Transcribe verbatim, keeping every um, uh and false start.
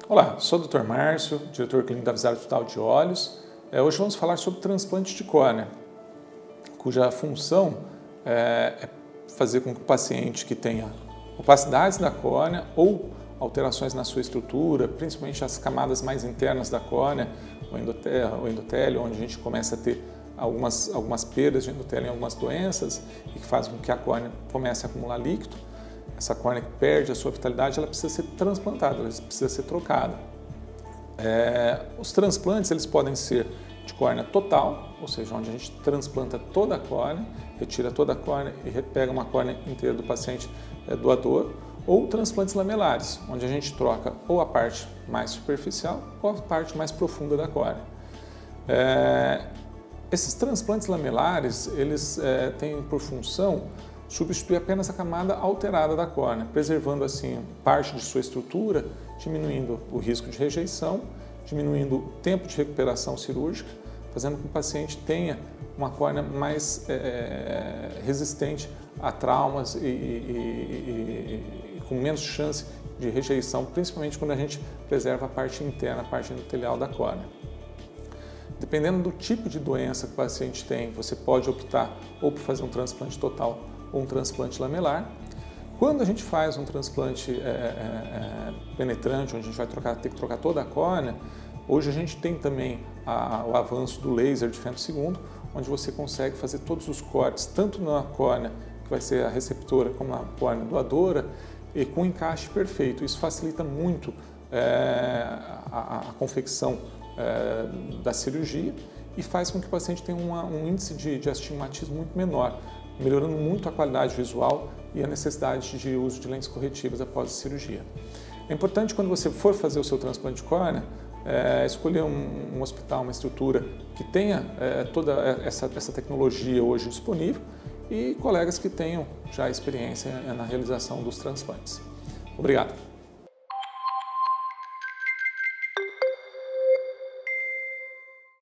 Olá, sou o doutor Márcio, diretor clínico da Visara Hospital de Olhos. É, hoje vamos falar sobre transplante de córnea, cuja função é, é fazer com que o paciente que tenha opacidades da córnea ou alterações na sua estrutura, principalmente as camadas mais internas da córnea, o endotélio, o endotélio onde a gente começa a ter algumas, algumas perdas de endotélio em algumas doenças e que faz com que a córnea comece a acumular líquido. Essa córnea que perde a sua vitalidade, ela precisa ser transplantada, ela precisa ser trocada. É, os transplantes eles podem ser de córnea total, ou seja, onde a gente transplanta toda a córnea, retira toda a córnea e pega uma córnea inteira do paciente é, doador, ou transplantes lamelares, onde a gente troca ou a parte mais superficial ou a parte mais profunda da córnea. É, esses transplantes lamelares, eles é, têm por função substituir apenas a camada alterada da córnea, preservando assim parte de sua estrutura, diminuindo o risco de rejeição, diminuindo o tempo de recuperação cirúrgica, fazendo com que o paciente tenha uma córnea mais é, resistente a traumas e, e, e, e com menos chance de rejeição, principalmente quando a gente preserva a parte interna, a parte endotelial da córnea. Dependendo do tipo de doença que o paciente tem, você pode optar ou por fazer um transplante total ou um transplante lamelar. Quando a gente faz um transplante é, é, penetrante, onde a gente vai trocar, ter que trocar toda a córnea, hoje a gente tem também a, o avanço do laser de femtosegundo, onde você consegue fazer todos os cortes, tanto na córnea, que vai ser a receptora, como na córnea doadora, e com encaixe perfeito. Isso facilita muito é, a, a confecção é, da cirurgia e faz com que o paciente tenha uma, um índice de, de astigmatismo muito menor, melhorando muito a qualidade visual e a necessidade de uso de lentes corretivas após a cirurgia. É importante, quando você for fazer o seu transplante de córnea, é, escolher um, um hospital, uma estrutura que tenha é, toda essa, essa tecnologia hoje disponível e colegas que tenham já experiência na realização dos transplantes. Obrigado.